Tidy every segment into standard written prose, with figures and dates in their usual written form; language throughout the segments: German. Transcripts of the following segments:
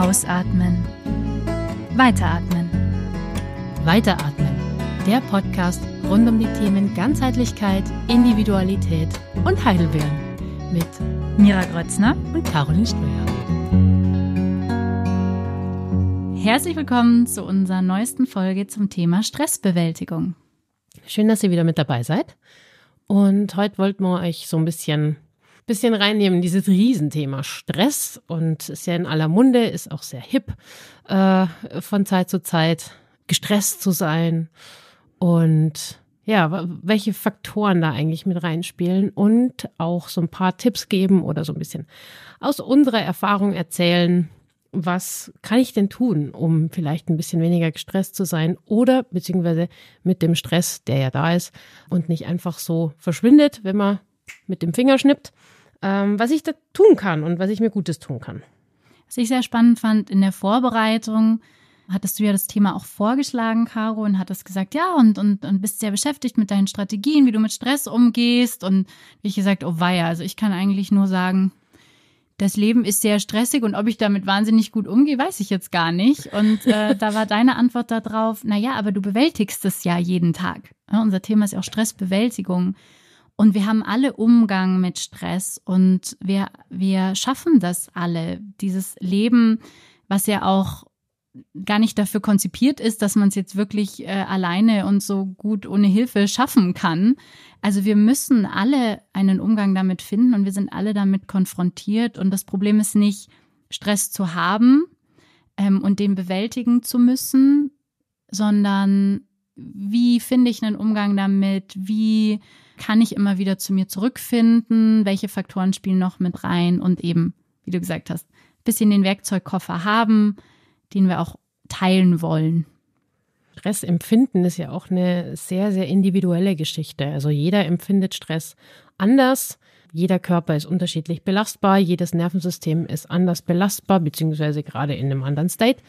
Ausatmen. Weiteratmen. Weiteratmen. Der Podcast rund um die Themen Ganzheitlichkeit, Individualität und Heidelbeeren mit Mira Grötzner und Caroline Ströher. Herzlich willkommen zu unserer neuesten Folge zum Thema Stressbewältigung. Schön, dass ihr wieder mit dabei seid. Und heute wollten wir euch so ein bisschen reinnehmen, dieses Riesenthema Stress. Und ist ja in aller Munde, ist auch sehr hip, von Zeit zu Zeit gestresst zu sein. Und ja, welche Faktoren da eigentlich mit reinspielen und auch so ein paar Tipps geben oder so ein bisschen aus unserer Erfahrung erzählen, was kann ich denn tun, um vielleicht ein bisschen weniger gestresst zu sein oder beziehungsweise mit dem Stress, der ja da ist und nicht einfach so verschwindet, wenn man mit dem Finger schnippt, was ich da tun kann und was ich mir Gutes tun kann. Was ich sehr spannend fand in der Vorbereitung, hattest du ja das Thema auch vorgeschlagen, Caro, und hattest gesagt, ja, und bist sehr beschäftigt mit deinen Strategien, wie du mit Stress umgehst. Und ich gesagt, oh weia, also ich kann eigentlich nur sagen, das Leben ist sehr stressig und ob ich damit wahnsinnig gut umgehe, weiß ich jetzt gar nicht. Und da war deine Antwort darauf, naja, aber du bewältigst es ja jeden Tag. Ja, unser Thema ist ja auch Stressbewältigung. Und wir haben alle Umgang mit Stress und wir schaffen das alle. Dieses Leben, was ja auch gar nicht dafür konzipiert ist, dass man es jetzt wirklich alleine und so gut ohne Hilfe schaffen kann. Also wir müssen alle einen Umgang damit finden und wir sind alle damit konfrontiert. Und das Problem ist nicht, Stress zu haben und den bewältigen zu müssen, sondern wie finde ich einen Umgang damit? Wie kann ich immer wieder zu mir zurückfinden? Welche Faktoren spielen noch mit rein? Und eben, wie du gesagt hast, ein bisschen den Werkzeugkoffer haben, den wir auch teilen wollen. Stressempfinden ist ja auch eine sehr, sehr individuelle Geschichte. Also jeder empfindet Stress anders. Jeder Körper ist unterschiedlich belastbar. Jedes Nervensystem ist anders belastbar, beziehungsweise gerade in einem anderen State.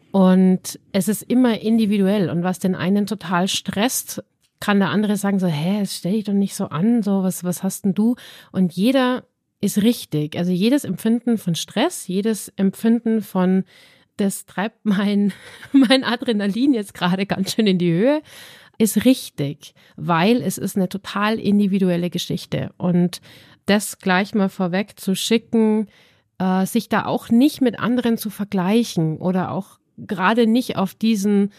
Und es ist immer individuell. Und was den einen total stresst, kann der andere sagen so, stell dich doch nicht so an, so was hast denn du? Und jeder ist richtig. Also jedes Empfinden von Stress, jedes Empfinden von das treibt mein Adrenalin jetzt gerade ganz schön in die Höhe, ist richtig, weil es ist eine total individuelle Geschichte. Und das gleich mal vorweg zu schicken, sich da auch nicht mit anderen zu vergleichen oder auch gerade nicht auf diesen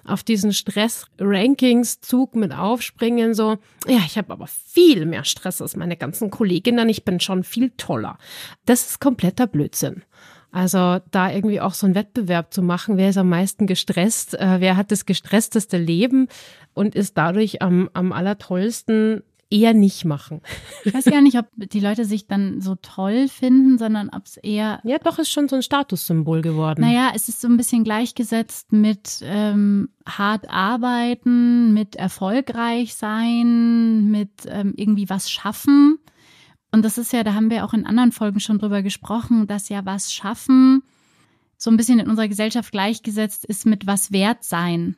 Stress-Rankings-Zug mit aufspringen, so, ja, ich habe aber viel mehr Stress als meine ganzen Kolleginnen, ich bin schon viel toller. Das ist kompletter Blödsinn. Also da irgendwie auch so einen Wettbewerb zu machen, wer ist am meisten gestresst, wer hat das gestressteste Leben und ist dadurch am allertollsten, eher nicht machen. Ich weiß gar nicht, ob die Leute sich dann so toll finden, sondern ob es eher… Ja, doch, ist schon so ein Statussymbol geworden. Naja, es ist so ein bisschen gleichgesetzt mit hart arbeiten, mit erfolgreich sein, mit irgendwie was schaffen. Und das ist ja, da haben wir auch in anderen Folgen schon drüber gesprochen, dass ja was schaffen so ein bisschen in unserer Gesellschaft gleichgesetzt ist mit was wert sein.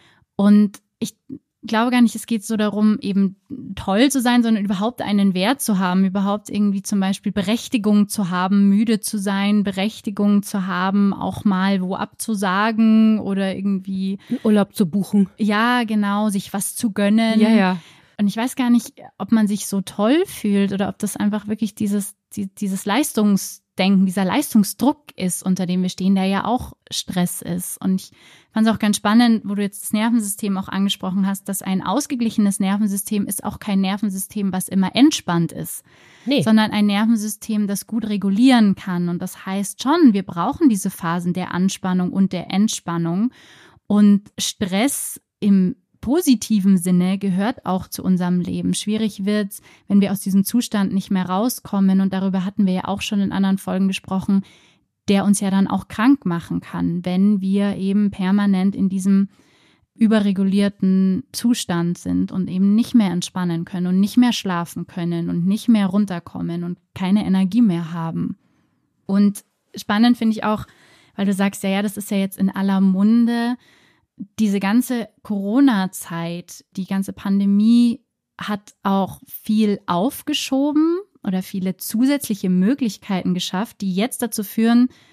Und ich glaube gar nicht, es geht so darum, eben toll zu sein, sondern überhaupt einen Wert zu haben, überhaupt irgendwie zum Beispiel Berechtigung zu haben, müde zu sein, Berechtigung zu haben, auch mal wo abzusagen oder irgendwie Urlaub zu buchen. Ja, genau, sich was zu gönnen. Ja. Und ich weiß gar nicht, ob man sich so toll fühlt oder ob das einfach wirklich dieses Leistungsdenken, dieser Leistungsdruck ist, unter dem wir stehen, der ja auch Stress ist. Und ich fand es auch ganz spannend, wo du jetzt das Nervensystem auch angesprochen hast, dass ein ausgeglichenes Nervensystem ist auch kein Nervensystem, was immer entspannt ist, sondern ein Nervensystem, das gut regulieren kann. Und das heißt schon, wir brauchen diese Phasen der Anspannung und der Entspannung. Und Stress im positiven Sinne gehört auch zu unserem Leben. Schwierig wird's, wenn wir aus diesem Zustand nicht mehr rauskommen. Und darüber hatten wir ja auch schon in anderen Folgen gesprochen, der uns ja dann auch krank machen kann, wenn wir eben permanent in diesem überregulierten Zustand sind und eben nicht mehr entspannen können und nicht mehr schlafen können und nicht mehr runterkommen und keine Energie mehr haben. Und spannend finde ich auch, weil du sagst, ja, das ist ja jetzt in aller Munde. Diese ganze Corona-Zeit, die ganze Pandemie hat auch viel aufgeschoben oder viele zusätzliche Möglichkeiten geschafft, die jetzt dazu führen,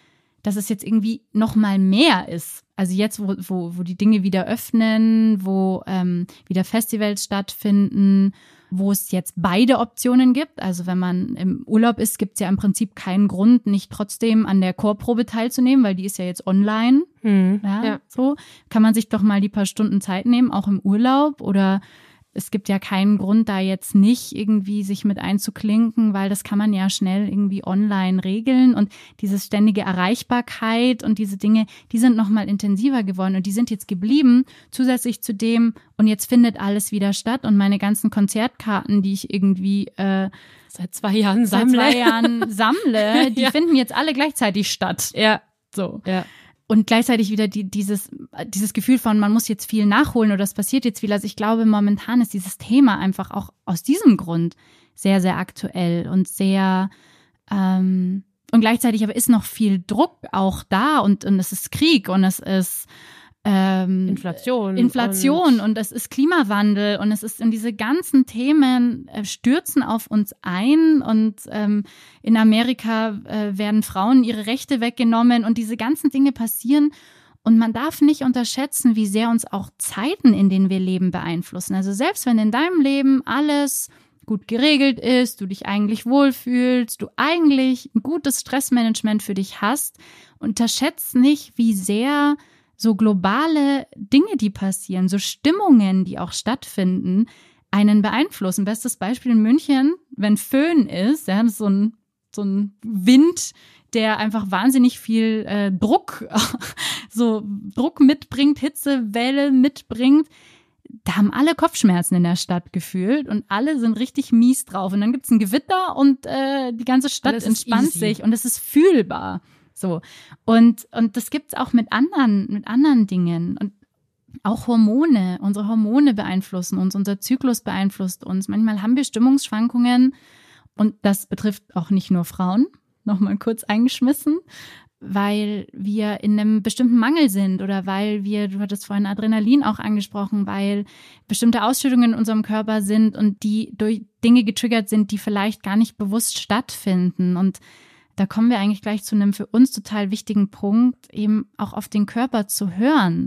dass es jetzt irgendwie noch mal mehr ist. Also jetzt, wo die Dinge wieder öffnen, wo wieder Festivals stattfinden, wo es jetzt beide Optionen gibt. Also wenn man im Urlaub ist, gibt es ja im Prinzip keinen Grund, nicht trotzdem an der Chorprobe teilzunehmen, weil die ist ja jetzt online. Ja. So kann man sich doch mal die paar Stunden Zeit nehmen, auch im Urlaub. Oder es gibt ja keinen Grund, da jetzt nicht irgendwie sich mit einzuklinken, weil das kann man ja schnell irgendwie online regeln. Und diese ständige Erreichbarkeit und diese Dinge, die sind noch mal intensiver geworden und die sind jetzt geblieben, zusätzlich zu dem, und jetzt findet alles wieder statt und meine ganzen Konzertkarten, die ich irgendwie seit 2 Jahren sammle, die finden jetzt alle gleichzeitig statt. Ja. So. Ja. Und gleichzeitig wieder dieses Gefühl von, man muss jetzt viel nachholen oder es passiert jetzt viel. Also ich glaube, momentan ist dieses Thema einfach auch aus diesem Grund sehr, sehr aktuell und sehr und gleichzeitig aber ist noch viel Druck auch da und es ist Krieg und es ist Inflation und es ist Klimawandel und es ist in diese ganzen Themen stürzen auf uns ein und in Amerika werden Frauen ihre Rechte weggenommen und diese ganzen Dinge passieren und man darf nicht unterschätzen, wie sehr uns auch Zeiten, in denen wir leben, beeinflussen. Also selbst wenn in deinem Leben alles gut geregelt ist, du dich eigentlich wohlfühlst, du eigentlich ein gutes Stressmanagement für dich hast, unterschätzt nicht, wie sehr so globale Dinge, die passieren, so Stimmungen, die auch stattfinden, einen beeinflussen. Bestes Beispiel in München, wenn Föhn ist, ja, das ist so ein Wind, der einfach wahnsinnig viel Druck mitbringt, Hitzewelle mitbringt. Da haben alle Kopfschmerzen in der Stadt gefühlt und alle sind richtig mies drauf. Und dann gibt's ein Gewitter und die ganze Stadt entspannt sich und es ist fühlbar. So. Und das gibt's auch mit anderen Dingen. Und auch Hormone. Unsere Hormone beeinflussen uns, unser Zyklus beeinflusst uns. Manchmal haben wir Stimmungsschwankungen und das betrifft auch nicht nur Frauen. Nochmal kurz eingeschmissen, weil wir in einem bestimmten Mangel sind oder weil du hattest vorhin Adrenalin auch angesprochen, weil bestimmte Ausschüttungen in unserem Körper sind und die durch Dinge getriggert sind, die vielleicht gar nicht bewusst stattfinden. Und da kommen wir eigentlich gleich zu einem für uns total wichtigen Punkt, eben auch auf den Körper zu hören,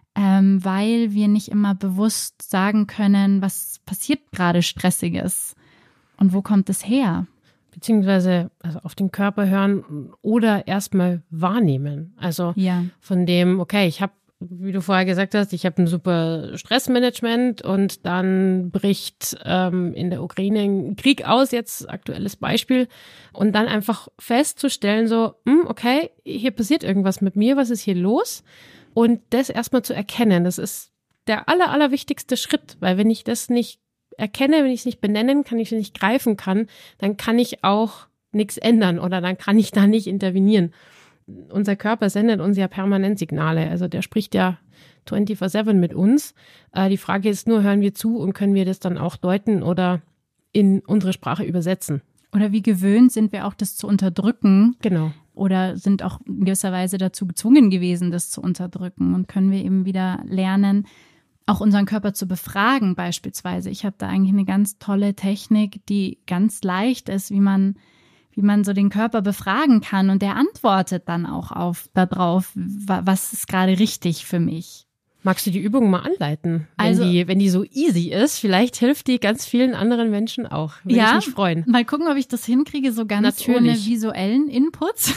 weil wir nicht immer bewusst sagen können, was passiert gerade Stressiges und wo kommt es her? Beziehungsweise also auf den Körper hören oder erstmal wahrnehmen. Also von dem, okay, ich habe, wie du vorher gesagt hast, ich habe ein super Stressmanagement und dann bricht in der Ukraine ein Krieg aus, jetzt aktuelles Beispiel, und dann einfach festzustellen so, okay, hier passiert irgendwas mit mir, was ist hier los? Und das erstmal zu erkennen, das ist der allerwichtigste Schritt, weil wenn ich das nicht erkenne, wenn ich es nicht benennen kann, ich es nicht greifen kann, dann kann ich auch nichts ändern oder dann kann ich da nicht intervenieren. Unser Körper sendet uns ja permanent Signale, also der spricht ja 24/7 mit uns. Die Frage ist nur, hören wir zu und können wir das dann auch deuten oder in unsere Sprache übersetzen? Oder wie gewöhnt sind wir auch, das zu unterdrücken? Genau. Oder sind auch in gewisser Weise dazu gezwungen gewesen, das zu unterdrücken? Und können wir eben wieder lernen, auch unseren Körper zu befragen beispielsweise. Ich habe da eigentlich eine ganz tolle Technik, die ganz leicht ist, wie man so den Körper befragen kann und der antwortet dann auch darauf, was ist gerade richtig für mich. Magst du die Übung mal anleiten? Also, wenn die so easy ist, vielleicht hilft die ganz vielen anderen Menschen auch. Würde ich mich freuen. Mal gucken, ob ich das hinkriege, so ganz ohne visuellen Inputs.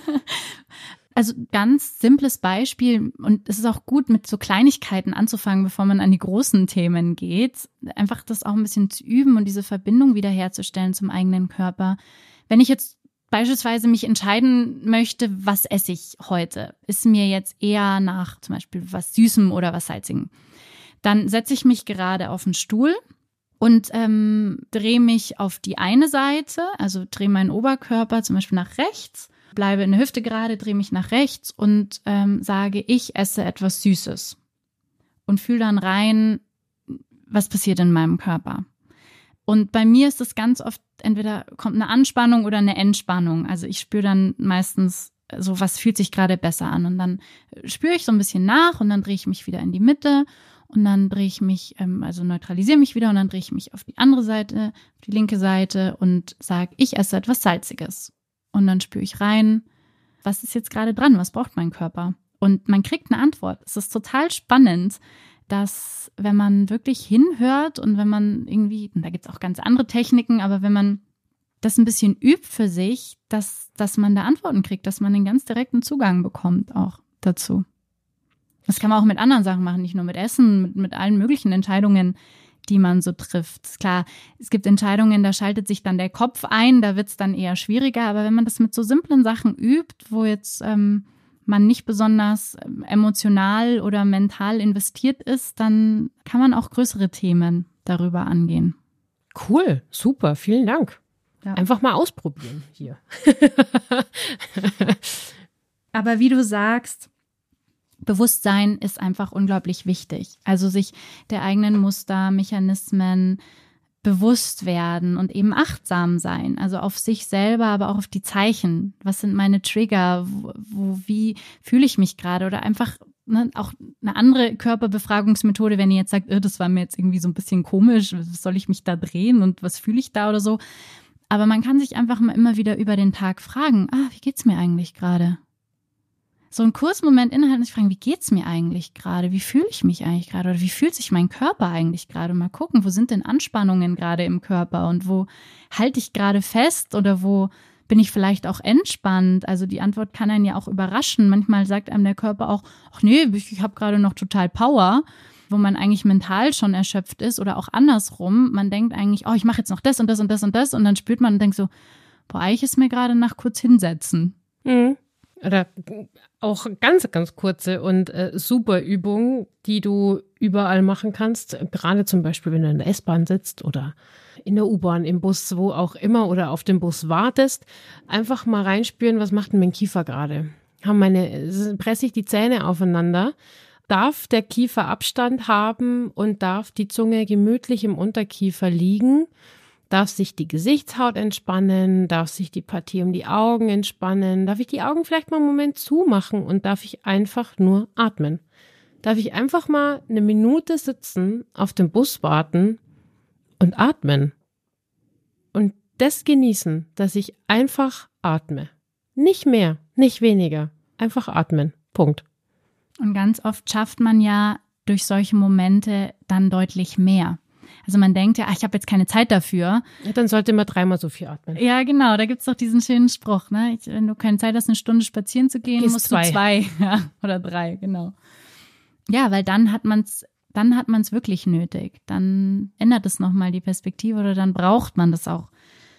Also ganz simples Beispiel und es ist auch gut, mit so Kleinigkeiten anzufangen, bevor man an die großen Themen geht. Einfach das auch ein bisschen zu üben und diese Verbindung wiederherzustellen zum eigenen Körper. Wenn ich jetzt beispielsweise mich entscheiden möchte, was esse ich heute, ist mir jetzt eher nach zum Beispiel was Süßem oder was Salzigem, dann setze ich mich gerade auf den Stuhl und drehe mich auf die eine Seite, also drehe meinen Oberkörper zum Beispiel nach rechts, bleibe in der Hüfte gerade, drehe mich nach rechts und sage, ich esse etwas Süßes und fühle dann rein, was passiert in meinem Körper. Und bei mir ist es ganz oft, entweder kommt eine Anspannung oder eine Entspannung. Also ich spüre dann meistens so, was fühlt sich gerade besser an. Und dann spüre ich so ein bisschen nach und dann drehe ich mich wieder in die Mitte und dann drehe ich mich, also neutralisiere mich wieder und dann drehe ich mich auf die andere Seite, auf die linke Seite und sage, ich esse etwas Salziges. Und dann spüre ich rein, was ist jetzt gerade dran? Was braucht mein Körper? Und man kriegt eine Antwort. Es ist total spannend, dass wenn man wirklich hinhört und wenn man irgendwie, und da gibt es auch ganz andere Techniken, aber wenn man das ein bisschen übt für sich, dass man da Antworten kriegt, dass man einen ganz direkten Zugang bekommt auch dazu. Das kann man auch mit anderen Sachen machen, nicht nur mit Essen, mit allen möglichen Entscheidungen, die man so trifft. Klar, es gibt Entscheidungen, da schaltet sich dann der Kopf ein, da wird es dann eher schwieriger, aber wenn man das mit so simplen Sachen übt, wo jetzt man nicht besonders emotional oder mental investiert ist, dann kann man auch größere Themen darüber angehen. Cool, super, vielen Dank. Ja. Einfach mal ausprobieren hier. Aber wie du sagst, Bewusstsein ist einfach unglaublich wichtig. Also sich der eigenen Muster, Mechanismen bewusst werden und eben achtsam sein. Also auf sich selber, aber auch auf die Zeichen. Was sind meine Trigger? Wie fühle ich mich gerade? Oder einfach auch eine andere Körperbefragungsmethode, wenn ihr jetzt sagt, das war mir jetzt irgendwie so ein bisschen komisch, was soll ich mich da drehen und was fühle ich da oder so. Aber man kann sich einfach mal immer wieder über den Tag fragen, wie geht's mir eigentlich gerade? So einen kurzen Moment innehalten und sich fragen, wie geht's mir eigentlich gerade? Wie fühle ich mich eigentlich gerade? Oder wie fühlt sich mein Körper eigentlich gerade? Mal gucken, wo sind denn Anspannungen gerade im Körper? Und wo halte ich gerade fest? Oder wo bin ich vielleicht auch entspannt? Also die Antwort kann einen ja auch überraschen. Manchmal sagt einem der Körper auch, ach nee, ich habe gerade noch total Power, wo man eigentlich mental schon erschöpft ist. Oder auch andersrum. Man denkt eigentlich, ich mache jetzt noch das und das und das und das. Und dann spürt man und denkt so, eigentlich ist mir gerade nach kurz hinsetzen. Mhm. Oder auch ganz, ganz kurze und super Übungen, die du überall machen kannst. Gerade zum Beispiel, wenn du in der S-Bahn sitzt oder in der U-Bahn, im Bus, wo auch immer oder auf dem Bus wartest. Einfach mal reinspüren, was macht denn mein Kiefer gerade? Presse ich die Zähne aufeinander? Darf der Kiefer Abstand haben und darf die Zunge gemütlich im Unterkiefer liegen? Darf sich die Gesichtshaut entspannen? Darf sich die Partie um die Augen entspannen? Darf ich die Augen vielleicht mal einen Moment zumachen und darf ich einfach nur atmen? Darf ich einfach mal eine Minute sitzen, auf dem Bus warten und atmen? Und das genießen, dass ich einfach atme. Nicht mehr, nicht weniger. Einfach atmen. Punkt. Und ganz oft schafft man ja durch solche Momente dann deutlich mehr. Also man denkt ja, ich habe jetzt keine Zeit dafür. Ja, dann sollte man 3-mal so viel atmen. Ja, genau, da gibt's doch diesen schönen Spruch, ne? Wenn du keine Zeit hast, eine Stunde spazieren zu gehen, musst du 2 oder 3, genau. Ja, weil dann hat man's wirklich nötig. Dann ändert es nochmal die Perspektive oder dann braucht man das auch.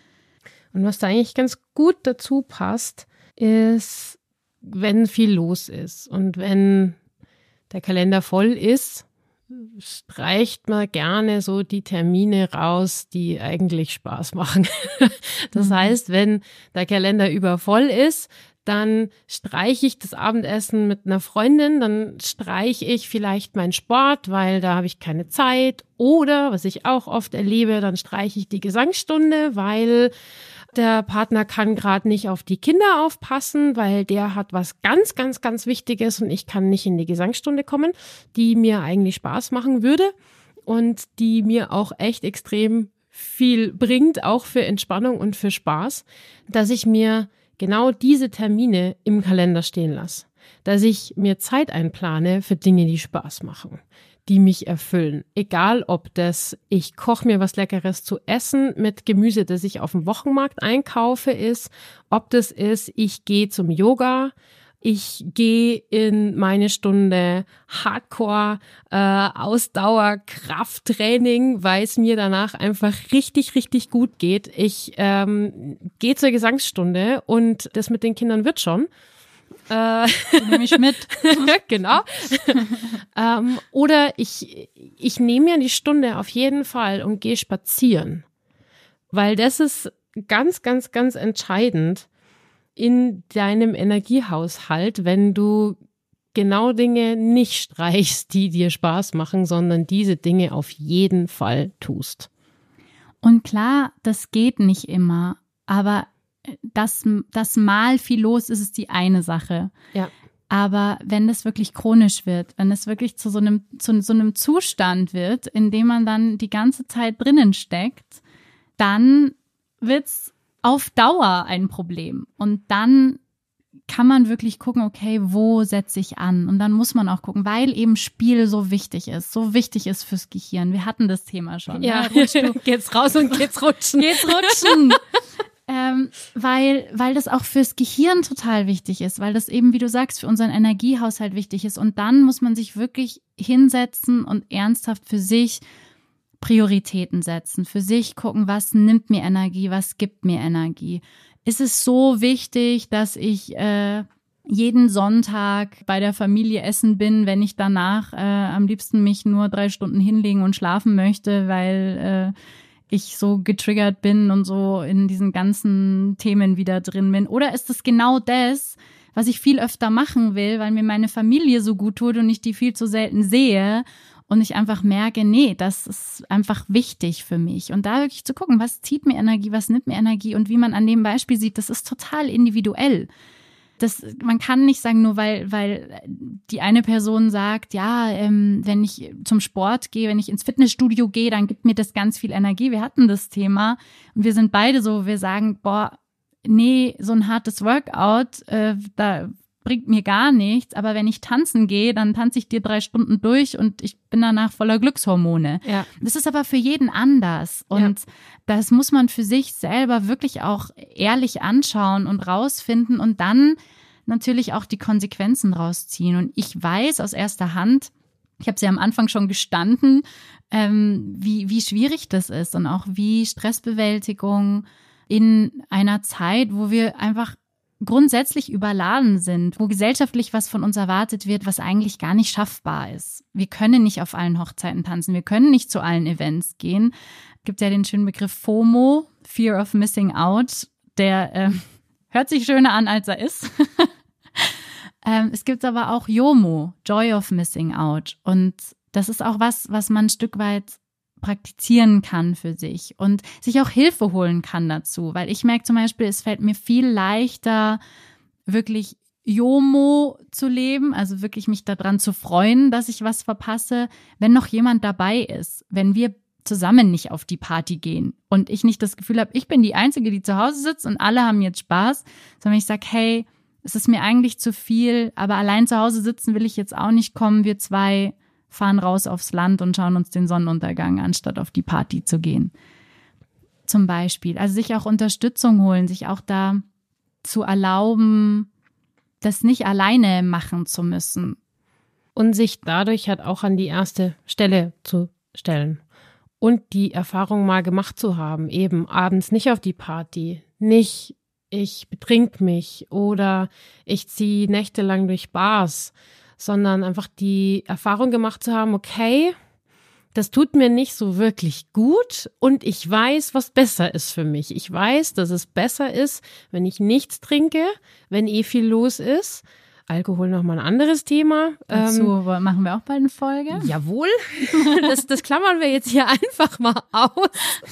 Und was da eigentlich ganz gut dazu passt, ist, wenn viel los ist und wenn der Kalender voll ist, streicht man gerne so die Termine raus, die eigentlich Spaß machen. Das heißt, wenn der Kalender übervoll ist, dann streiche ich das Abendessen mit einer Freundin, dann streiche ich vielleicht meinen Sport, weil da habe ich keine Zeit. Oder, was ich auch oft erlebe, dann streiche ich die Gesangsstunde, weil der Partner kann gerade nicht auf die Kinder aufpassen, weil der hat was ganz, ganz, ganz Wichtiges und ich kann nicht in die Gesangsstunde kommen, die mir eigentlich Spaß machen würde und die mir auch echt extrem viel bringt, auch für Entspannung und für Spaß, dass ich mir genau diese Termine im Kalender stehen lasse, dass ich mir Zeit einplane für Dinge, die Spaß machen, die mich erfüllen. Egal, ob das ich koche mir was Leckeres zu essen mit Gemüse, das ich auf dem Wochenmarkt einkaufe, ist, ob das ist, ich gehe zum Yoga, ich gehe in meine Stunde Hardcore Ausdauer-Krafttraining, weil es mir danach einfach richtig, richtig gut geht. Ich gehe zur Gesangsstunde und das mit den Kindern wird schon. Nehme ich mit. Genau. Oder ich nehme mir die Stunde auf jeden Fall und gehe spazieren. Weil das ist ganz, ganz, ganz entscheidend in deinem Energiehaushalt, wenn du genau Dinge nicht streichst, die dir Spaß machen, sondern diese Dinge auf jeden Fall tust. Und klar, das geht nicht immer, aber das mal viel los ist, ist die eine Sache. Ja. Aber wenn das wirklich chronisch wird, wenn es wirklich zu so einem Zustand wird, in dem man dann die ganze Zeit drinnen steckt, dann wird's auf Dauer ein Problem. Und dann kann man wirklich gucken, okay, wo setze ich an? Und dann muss man auch gucken, weil eben Spiel so wichtig ist fürs Gehirn. Wir hatten das Thema schon. Ja, geht's raus und geht's rutschen. Geht's rutschen. Weil das auch fürs Gehirn total wichtig ist, weil das eben, wie du sagst, für unseren Energiehaushalt wichtig ist. Und dann muss man sich wirklich hinsetzen und ernsthaft für sich Prioritäten setzen, für sich gucken, was nimmt mir Energie, was gibt mir Energie. Ist es so wichtig, dass ich jeden Sonntag bei der Familie essen bin, wenn ich danach am liebsten mich nur 3 Stunden hinlegen und schlafen möchte, weil ich so getriggert bin und so in diesen ganzen Themen wieder drin bin? Oder ist es genau das, was ich viel öfter machen will, weil mir meine Familie so gut tut und ich die viel zu selten sehe und ich einfach merke, nee, das ist einfach wichtig für mich. Und da wirklich zu gucken, was zieht mir Energie, was nimmt mir Energie, und wie man an dem Beispiel sieht, das ist total individuell. Man kann nicht sagen, nur weil die eine Person sagt, ja, wenn ich zum Sport gehe, wenn ich ins Fitnessstudio gehe, dann gibt mir das ganz viel Energie. Wir hatten das Thema und wir sind beide so, wir sagen, boah, nee, so ein hartes Workout, da bringt mir gar nichts. Aber wenn ich tanzen gehe, dann tanze ich dir 3 Stunden durch und ich bin danach voller Glückshormone. Ja. Das ist aber für jeden anders. Und das muss man für sich selber wirklich auch ehrlich anschauen und rausfinden und dann natürlich auch die Konsequenzen rausziehen. Und ich weiß aus erster Hand, ich habe es ja am Anfang schon gestanden, wie schwierig das ist und auch wie Stressbewältigung in einer Zeit, wo wir einfach grundsätzlich überladen sind, wo gesellschaftlich was von uns erwartet wird, was eigentlich gar nicht schaffbar ist. Wir können nicht auf allen Hochzeiten tanzen, wir können nicht zu allen Events gehen. Es gibt ja den schönen Begriff FOMO, Fear of Missing Out, der hört sich schöner an, als er ist. Es gibt aber auch JOMO, Joy of Missing Out. Und das ist auch was man ein Stück weit praktizieren kann für sich und sich auch Hilfe holen kann dazu. Weil ich merke zum Beispiel, es fällt mir viel leichter, wirklich JOMO zu leben, also wirklich mich daran zu freuen, dass ich was verpasse, wenn noch jemand dabei ist, wenn wir zusammen nicht auf die Party gehen und ich nicht das Gefühl habe, ich bin die Einzige, die zu Hause sitzt und alle haben jetzt Spaß, sondern ich sage, hey, es ist mir eigentlich zu viel, aber allein zu Hause sitzen will ich jetzt auch nicht kommen, wir 2 fahren raus aufs Land und schauen uns den Sonnenuntergang, anstatt auf die Party zu gehen. Zum Beispiel. Also sich auch Unterstützung holen, sich auch da zu erlauben, das nicht alleine machen zu müssen. Und sich dadurch halt auch an die erste Stelle zu stellen. Und die Erfahrung mal gemacht zu haben, eben abends nicht auf die Party, nicht ich betrink mich oder ich ziehe nächtelang durch Bars, sondern einfach die Erfahrung gemacht zu haben, okay, das tut mir nicht so wirklich gut und ich weiß, was besser ist für mich. Ich weiß, dass es besser ist, wenn ich nichts trinke, wenn viel los ist. Alkohol nochmal ein anderes Thema. Dazu machen wir auch bald eine Folge. Jawohl, das klammern wir jetzt hier einfach mal aus.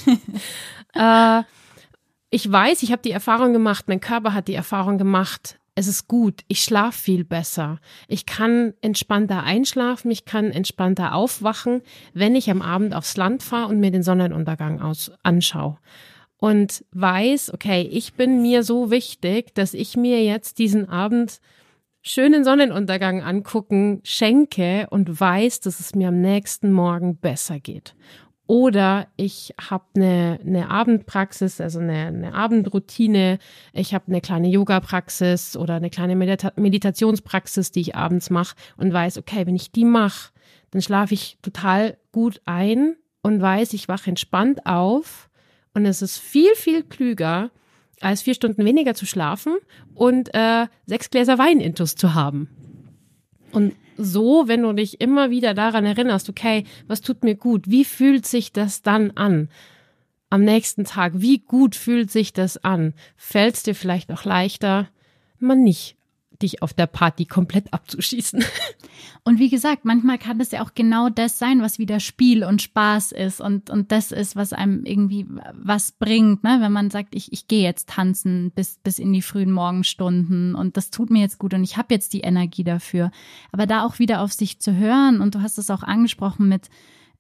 Ich weiß, ich habe die Erfahrung gemacht, mein Körper hat die Erfahrung gemacht, es ist gut, ich schlafe viel besser. Ich kann entspannter einschlafen, ich kann entspannter aufwachen, wenn ich am Abend aufs Land fahre und mir den Sonnenuntergang anschaue. Und weiß, okay, ich bin mir so wichtig, dass ich mir jetzt diesen Abend schönen Sonnenuntergang angucken schenke und weiß, dass es mir am nächsten Morgen besser geht. Oder ich habe eine Abendpraxis, also eine Abendroutine. Ich habe eine kleine Yoga-Praxis oder eine kleine Meditationspraxis, die ich abends mache und weiß, okay, wenn ich die mache, dann schlafe ich total gut ein und weiß, ich wache entspannt auf. Und es ist viel, viel klüger, als 4 Stunden weniger zu schlafen und 6 Gläser Wein intus zu haben. Und so, wenn du dich immer wieder daran erinnerst, okay, was tut mir gut? Wie fühlt sich das dann an? Am nächsten Tag, wie gut fühlt sich das an? Fällt es dir vielleicht auch leichter, mal nicht dich auf der Party komplett abzuschießen? Und wie gesagt, manchmal kann es ja auch genau das sein, was wieder Spiel und Spaß ist und das ist, was einem irgendwie was bringt, ne? Wenn man sagt, ich gehe jetzt tanzen bis in die frühen Morgenstunden und das tut mir jetzt gut und ich habe jetzt die Energie dafür. Aber da auch wieder auf sich zu hören und du hast es auch angesprochen mit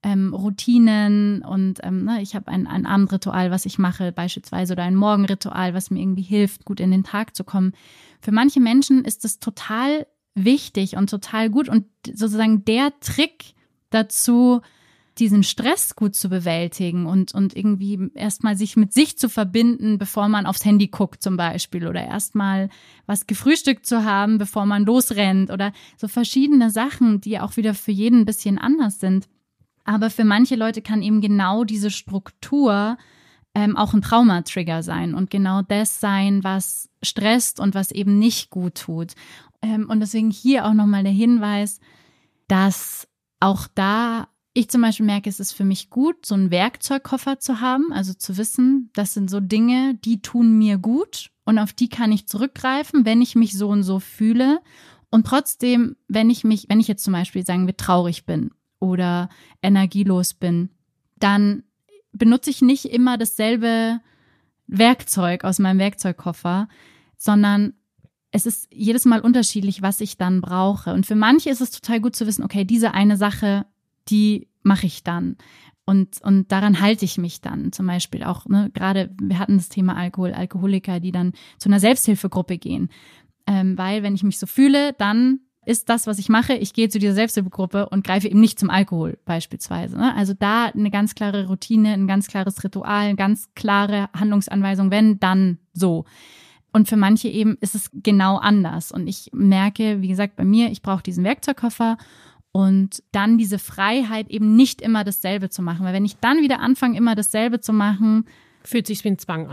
Routinen und ich habe ein Abendritual, was ich mache beispielsweise oder ein Morgenritual, was mir irgendwie hilft, gut in den Tag zu kommen. Für manche Menschen ist das total wichtig und total gut und sozusagen der Trick dazu, diesen Stress gut zu bewältigen und irgendwie erstmal sich mit sich zu verbinden, bevor man aufs Handy guckt zum Beispiel oder erstmal was gefrühstückt zu haben, bevor man losrennt oder so verschiedene Sachen, die auch wieder für jeden ein bisschen anders sind. Aber für manche Leute kann eben genau diese Struktur auch ein Traumatrigger sein und genau das sein, was stresst und was eben nicht gut tut. Und deswegen hier auch nochmal der Hinweis, dass auch da ich zum Beispiel merke, es ist für mich gut, so einen Werkzeugkoffer zu haben, also zu wissen, das sind so Dinge, die tun mir gut und auf die kann ich zurückgreifen, wenn ich mich so und so fühle. Und trotzdem, wenn ich jetzt zum Beispiel, sagen wir, traurig bin oder energielos bin, dann benutze ich nicht immer dasselbe Werkzeug aus meinem Werkzeugkoffer, sondern es ist jedes Mal unterschiedlich, was ich dann brauche. Und für manche ist es total gut zu wissen, okay, diese eine Sache, die mache ich dann. Und daran halte ich mich dann. Zum Beispiel auch, gerade, wir hatten das Thema Alkohol, Alkoholiker, die dann zu einer Selbsthilfegruppe gehen. Weil, wenn ich mich so fühle, dann ist das, was ich mache, ich gehe zu dieser Selbsthilfegruppe und greife eben nicht zum Alkohol beispielsweise. Also da eine ganz klare Routine, ein ganz klares Ritual, eine ganz klare Handlungsanweisung, wenn, dann so. Und für manche eben ist es genau anders. Und ich merke, wie gesagt, bei mir, ich brauche diesen Werkzeugkoffer und dann diese Freiheit, eben nicht immer dasselbe zu machen. Weil wenn ich dann wieder anfange, immer dasselbe zu machen, fühlt sich's wie ein Zwang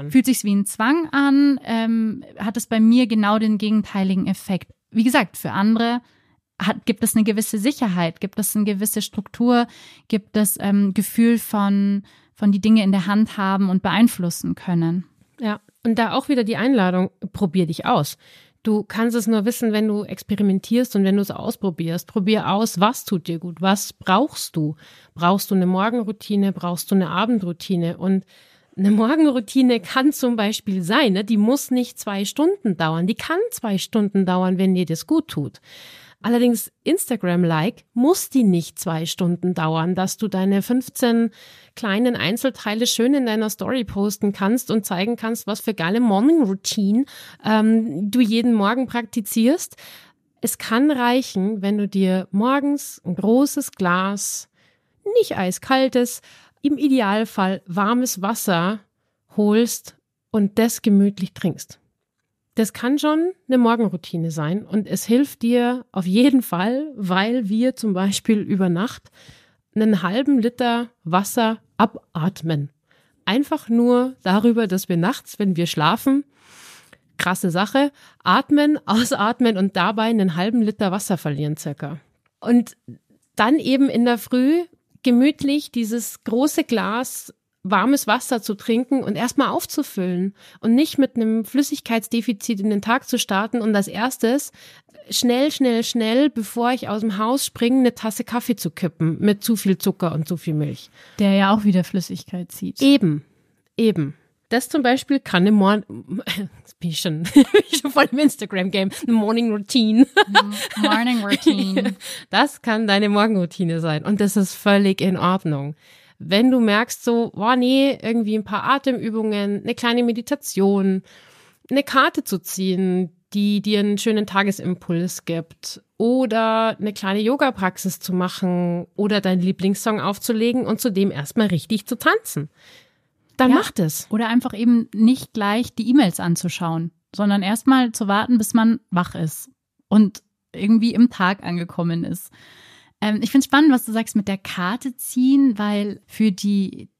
an. Hat es bei mir genau den gegenteiligen Effekt. Wie gesagt, für andere gibt es eine gewisse Sicherheit, gibt es eine gewisse Struktur, gibt es Gefühl von die Dinge in der Hand haben und beeinflussen können. Ja, und da auch wieder die Einladung, probier dich aus. Du kannst es nur wissen, wenn du experimentierst und wenn du es ausprobierst. Probier aus, was tut dir gut, was brauchst du? Brauchst du eine Morgenroutine, brauchst du eine Abendroutine? Und eine Morgenroutine kann zum Beispiel sein, die muss nicht 2 Stunden dauern, die kann 2 Stunden dauern, wenn dir das gut tut. Allerdings Instagram-like muss die nicht 2 Stunden dauern, dass du deine 15 kleinen Einzelteile schön in deiner Story posten kannst und zeigen kannst, was für geile Morning Routine du jeden Morgen praktizierst. Es kann reichen, wenn du dir morgens ein großes Glas, nicht eiskaltes, im Idealfall warmes Wasser holst und das gemütlich trinkst. Das kann schon eine Morgenroutine sein und es hilft dir auf jeden Fall, weil wir zum Beispiel über Nacht einen halben Liter Wasser abatmen. Einfach nur darüber, dass wir nachts, wenn wir schlafen, krasse Sache, atmen, ausatmen und dabei einen halben Liter Wasser verlieren circa. Und dann eben in der Früh gemütlich dieses große Glas warmes Wasser zu trinken und erstmal aufzufüllen und nicht mit einem Flüssigkeitsdefizit in den Tag zu starten und als erstes schnell, bevor ich aus dem Haus springe, eine Tasse Kaffee zu kippen mit zu viel Zucker und zu viel Milch. Der ja auch wieder Flüssigkeit zieht. Eben. Das zum Beispiel kann eine bin ich schon voll im Instagram-Game, eine Morning Routine. Morning Routine. Das kann deine Morgenroutine sein und das ist völlig in Ordnung. Wenn du merkst so, irgendwie ein paar Atemübungen, eine kleine Meditation, eine Karte zu ziehen, die dir einen schönen Tagesimpuls gibt oder eine kleine Yoga-Praxis zu machen oder deinen Lieblingssong aufzulegen und zudem erstmal richtig zu tanzen. Dann macht es. Oder einfach eben nicht gleich die E-Mails anzuschauen, sondern erstmal zu warten, bis man wach ist und irgendwie im Tag angekommen ist. Ich finde es spannend, was du sagst mit der Karte ziehen, weil für die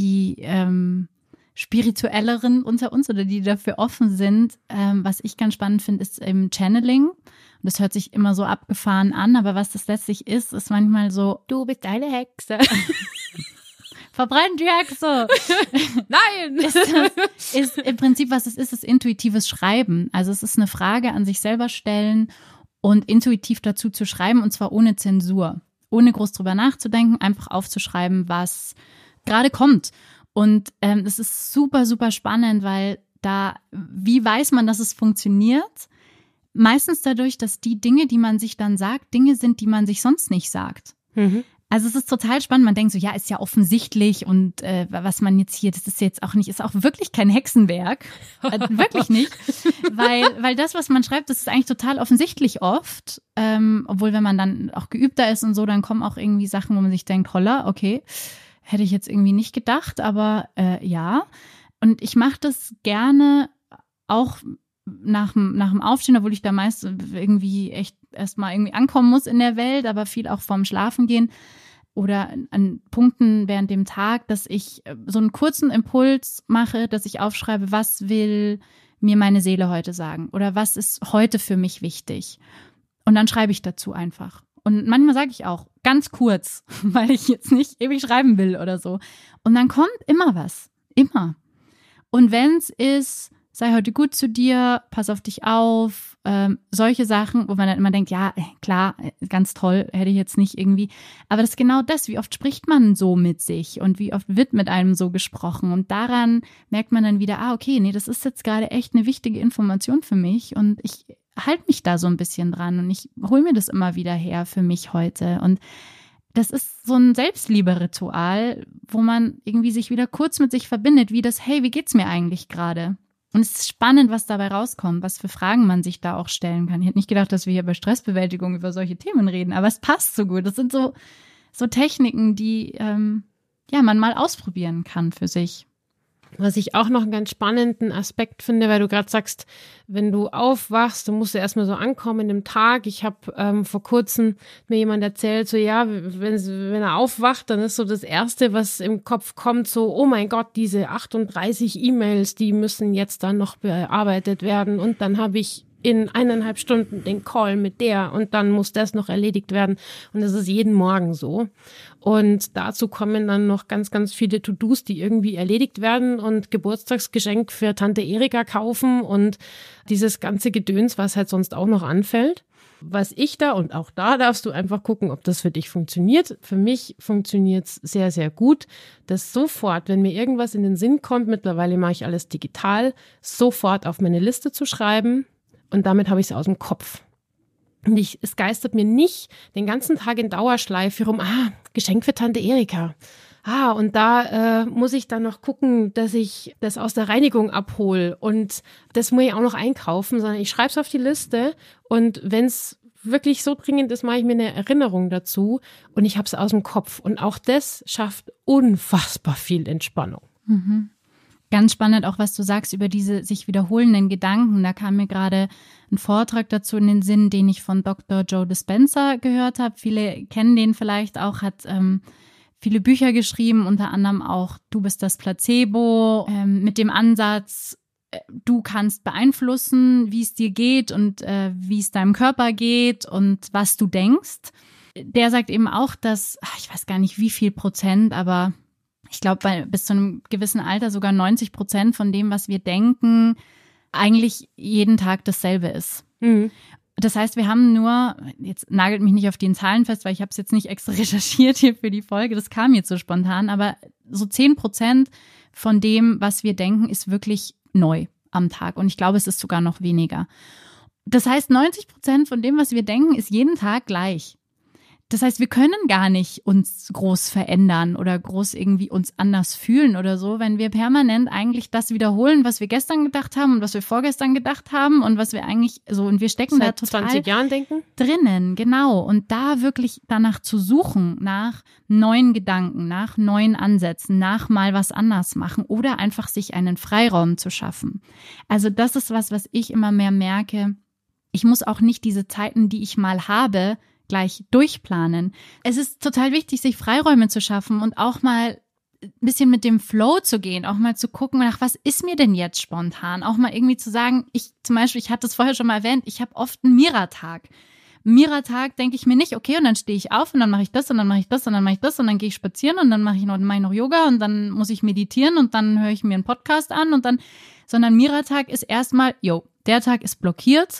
Spirituelleren unter uns oder die dafür offen sind, was ich ganz spannend finde, ist im Channeling. Und das hört sich immer so abgefahren an, aber was das letztlich ist manchmal so, du bist eine Hexe. Verbrennt die Hexe. Nein! Ist im Prinzip, was es ist intuitives Schreiben. Also es ist eine Frage an sich selber stellen und intuitiv dazu zu schreiben und zwar ohne Zensur. Ohne groß drüber nachzudenken, einfach aufzuschreiben, was gerade kommt. Und das ist super, super spannend, weil wie weiß man, dass es funktioniert? Meistens dadurch, dass die Dinge, die man sich dann sagt, Dinge sind, die man sich sonst nicht sagt. Mhm. Also es ist total spannend. Man denkt so, ja, ist ja offensichtlich und was man jetzt hier, das ist jetzt auch nicht, ist auch wirklich kein Hexenwerk. Wirklich nicht. Weil das, was man schreibt, das ist eigentlich total offensichtlich oft. Obwohl, wenn man dann auch geübter ist und so, dann kommen auch irgendwie Sachen, wo man sich denkt, holla, okay, hätte ich jetzt irgendwie nicht gedacht, aber ja. Und ich mache das gerne auch nach dem Aufstehen, obwohl ich da meist irgendwie echt erstmal irgendwie ankommen muss in der Welt, aber viel auch vorm Schlafengehen oder an Punkten während dem Tag, dass ich so einen kurzen Impuls mache, dass ich aufschreibe, was will mir meine Seele heute sagen oder was ist heute für mich wichtig. Und dann schreibe ich dazu einfach. Und manchmal sage ich auch ganz kurz, weil ich jetzt nicht ewig schreiben will oder so. Und dann kommt immer was. Immer. Und wenn es ist, sei heute gut zu dir, pass auf dich auf, solche Sachen, wo man dann immer denkt, ja, klar, ganz toll, hätte ich jetzt nicht irgendwie. Aber das ist genau das, wie oft spricht man so mit sich und wie oft wird mit einem so gesprochen. Und daran merkt man dann wieder, okay, nee, das ist jetzt gerade echt eine wichtige Information für mich und ich halte mich da so ein bisschen dran und ich hole mir das immer wieder her für mich heute. Und das ist so ein Selbstliebe-Ritual, wo man irgendwie sich wieder kurz mit sich verbindet, wie das, hey, wie geht's mir eigentlich gerade? Und es ist spannend, was dabei rauskommt, was für Fragen man sich da auch stellen kann. Ich hätte nicht gedacht, dass wir hier bei Stressbewältigung über solche Themen reden, aber es passt so gut. Das sind so Techniken, die man mal ausprobieren kann für sich. Was ich auch noch einen ganz spannenden Aspekt finde, weil du gerade sagst, wenn du aufwachst, dann musst du erstmal so ankommen in dem Tag. Ich habe vor kurzem mir jemand erzählt, so ja, wenn er aufwacht, dann ist so das Erste, was im Kopf kommt, so, oh mein Gott, diese 38 E-Mails, die müssen jetzt dann noch bearbeitet werden und dann habe ich in 1,5 Stunden den Call mit der und dann muss das noch erledigt werden. Und das ist jeden Morgen so. Und dazu kommen dann noch ganz, ganz viele To-Dos, die irgendwie erledigt werden und Geburtstagsgeschenk für Tante Erika kaufen und dieses ganze Gedöns, was halt sonst auch noch anfällt. Was ich da, und auch da darfst du einfach gucken, ob das für dich funktioniert. Für mich funktioniert es sehr, sehr gut, dass sofort, wenn mir irgendwas in den Sinn kommt, mittlerweile mache ich alles digital, sofort auf meine Liste zu schreiben. Und damit habe ich es aus dem Kopf. Und es geistert mir nicht den ganzen Tag in Dauerschleife rum, Geschenk für Tante Erika. Und da muss ich dann noch gucken, dass ich das aus der Reinigung abhole. Und das muss ich auch noch einkaufen, sondern ich schreibe es auf die Liste. Und wenn es wirklich so dringend ist, mache ich mir eine Erinnerung dazu. Und ich habe es aus dem Kopf. Und auch das schafft unfassbar viel Entspannung. Mhm. Ganz spannend auch, was du sagst über diese sich wiederholenden Gedanken. Da kam mir gerade ein Vortrag dazu in den Sinn, den ich von Dr. Joe Dispenza gehört habe. Viele kennen den vielleicht auch, hat viele Bücher geschrieben, unter anderem auch Du bist das Placebo, mit dem Ansatz, du kannst beeinflussen, wie es dir geht und wie es deinem Körper geht und was du denkst. Der sagt eben auch, dass, ich weiß gar nicht wie viel Prozent, aber ich glaube, bis zu einem gewissen Alter sogar 90% von dem, was wir denken, eigentlich jeden Tag dasselbe ist. Mhm. Das heißt, wir haben nur, jetzt nagelt mich nicht auf den Zahlen fest, weil ich habe es jetzt nicht extra recherchiert hier für die Folge, das kam jetzt so spontan, aber so 10% von dem, was wir denken, ist wirklich neu am Tag. Und ich glaube, es ist sogar noch weniger. Das heißt, 90% von dem, was wir denken, ist jeden Tag gleich. Das heißt, wir können gar nicht uns groß verändern oder groß irgendwie uns anders fühlen oder so, wenn wir permanent eigentlich das wiederholen, was wir gestern gedacht haben und was wir vorgestern gedacht haben und was wir eigentlich so, und wir stecken seit da total 20 Jahren denken drinnen, genau. Und da wirklich danach zu suchen, nach neuen Gedanken, nach neuen Ansätzen, nach mal was anders machen oder einfach sich einen Freiraum zu schaffen. Also das ist was ich immer mehr merke. Ich muss auch nicht diese Zeiten, die ich mal habe, gleich durchplanen. Es ist total wichtig, sich Freiräume zu schaffen und auch mal ein bisschen mit dem Flow zu gehen, auch mal zu gucken, nach was ist mir denn jetzt spontan? Auch mal irgendwie zu sagen, ich hatte es vorher schon mal erwähnt, ich habe oft einen Mira-Tag. Mira-Tag denke ich mir nicht, okay, und dann stehe ich auf und dann mache ich das und dann mache ich das und dann mache ich das und dann gehe ich spazieren und dann mache ich noch Yoga und dann muss ich meditieren und dann höre ich mir einen Podcast an und dann, sondern Mira-Tag ist erstmal, der Tag ist blockiert.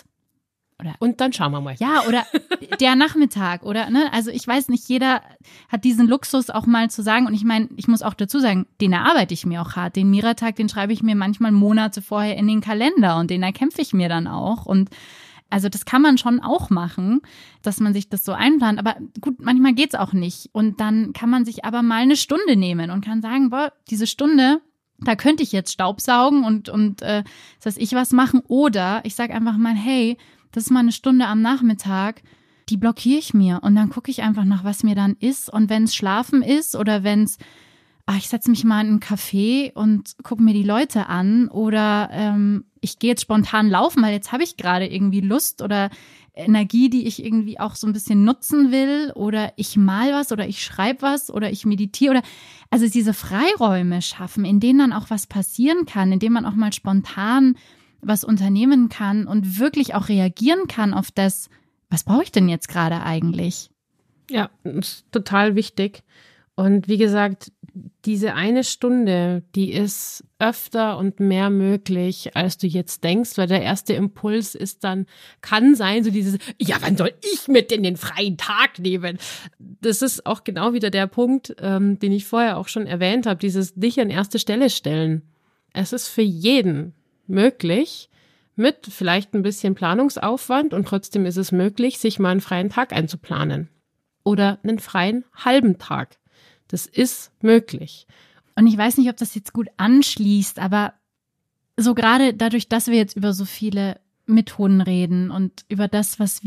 Und dann schauen wir mal. Ja, oder der Nachmittag oder, ne, also ich weiß nicht, jeder hat diesen Luxus auch mal zu sagen und ich meine, ich muss auch dazu sagen, den erarbeite ich mir auch hart. Den Mira-Tag, den schreibe ich mir manchmal Monate vorher in den Kalender und den erkämpfe ich mir dann auch und Also das kann man schon auch machen, dass man sich das so einplant. Aber gut, manchmal geht's auch nicht. Und dann kann man sich aber mal eine Stunde nehmen und kann sagen, boah, diese Stunde, da könnte ich jetzt Staubsaugen und was ich was machen. Oder ich sage einfach mal, hey, das ist mal eine Stunde am Nachmittag, die blockiere ich mir. Und dann gucke ich einfach nach, was mir dann ist. Und wenn es Schlafen ist oder wenn es, ich setze mich mal in einen Café und gucke mir die Leute an. Oder ich gehe jetzt spontan laufen, weil jetzt habe ich gerade irgendwie Lust oder Energie, die ich irgendwie auch so ein bisschen nutzen will. Oder ich mal was oder ich schreibe was oder ich meditiere. Also diese Freiräume schaffen, in denen dann auch was passieren kann, in denen man auch mal spontan was unternehmen kann und wirklich auch reagieren kann auf das, was brauche ich denn jetzt gerade eigentlich? Ja, das ist total wichtig. Und wie gesagt, diese eine Stunde, die ist öfter und mehr möglich, als du jetzt denkst, weil der erste Impuls ist dann, kann sein, so dieses, ja, wann soll ich mir denn den freien Tag nehmen? Das ist auch genau wieder der Punkt, den ich vorher auch schon erwähnt habe, dieses dich an erste Stelle stellen. Es ist für jeden möglich, mit vielleicht ein bisschen Planungsaufwand und trotzdem ist es möglich, sich mal einen freien Tag einzuplanen. Oder einen freien halben Tag. Das ist möglich. Und ich weiß nicht, ob das jetzt gut anschließt, aber so gerade dadurch, dass wir jetzt über so viele Methoden reden und über das, was